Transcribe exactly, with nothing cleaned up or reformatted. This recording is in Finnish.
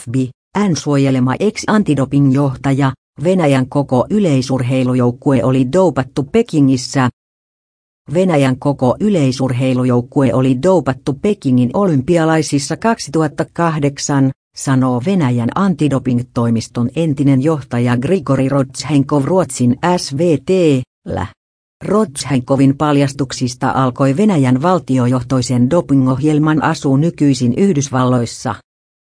B I:n suojelema ex-antidoping-johtaja, Venäjän koko yleisurheilujoukkue oli doupattu Pekingissä. Venäjän koko yleisurheilujoukkue oli doupattu Pekingin olympialaisissa kaksituhattakahdeksan, sanoo Venäjän antidoping-toimiston entinen johtaja Grigori Rodchenkov Ruotsin S V T:llä. Rodchenkovin paljastuksista alkoi Venäjän valtiojohtoisen dopingohjelman asu nykyisin Yhdysvalloissa.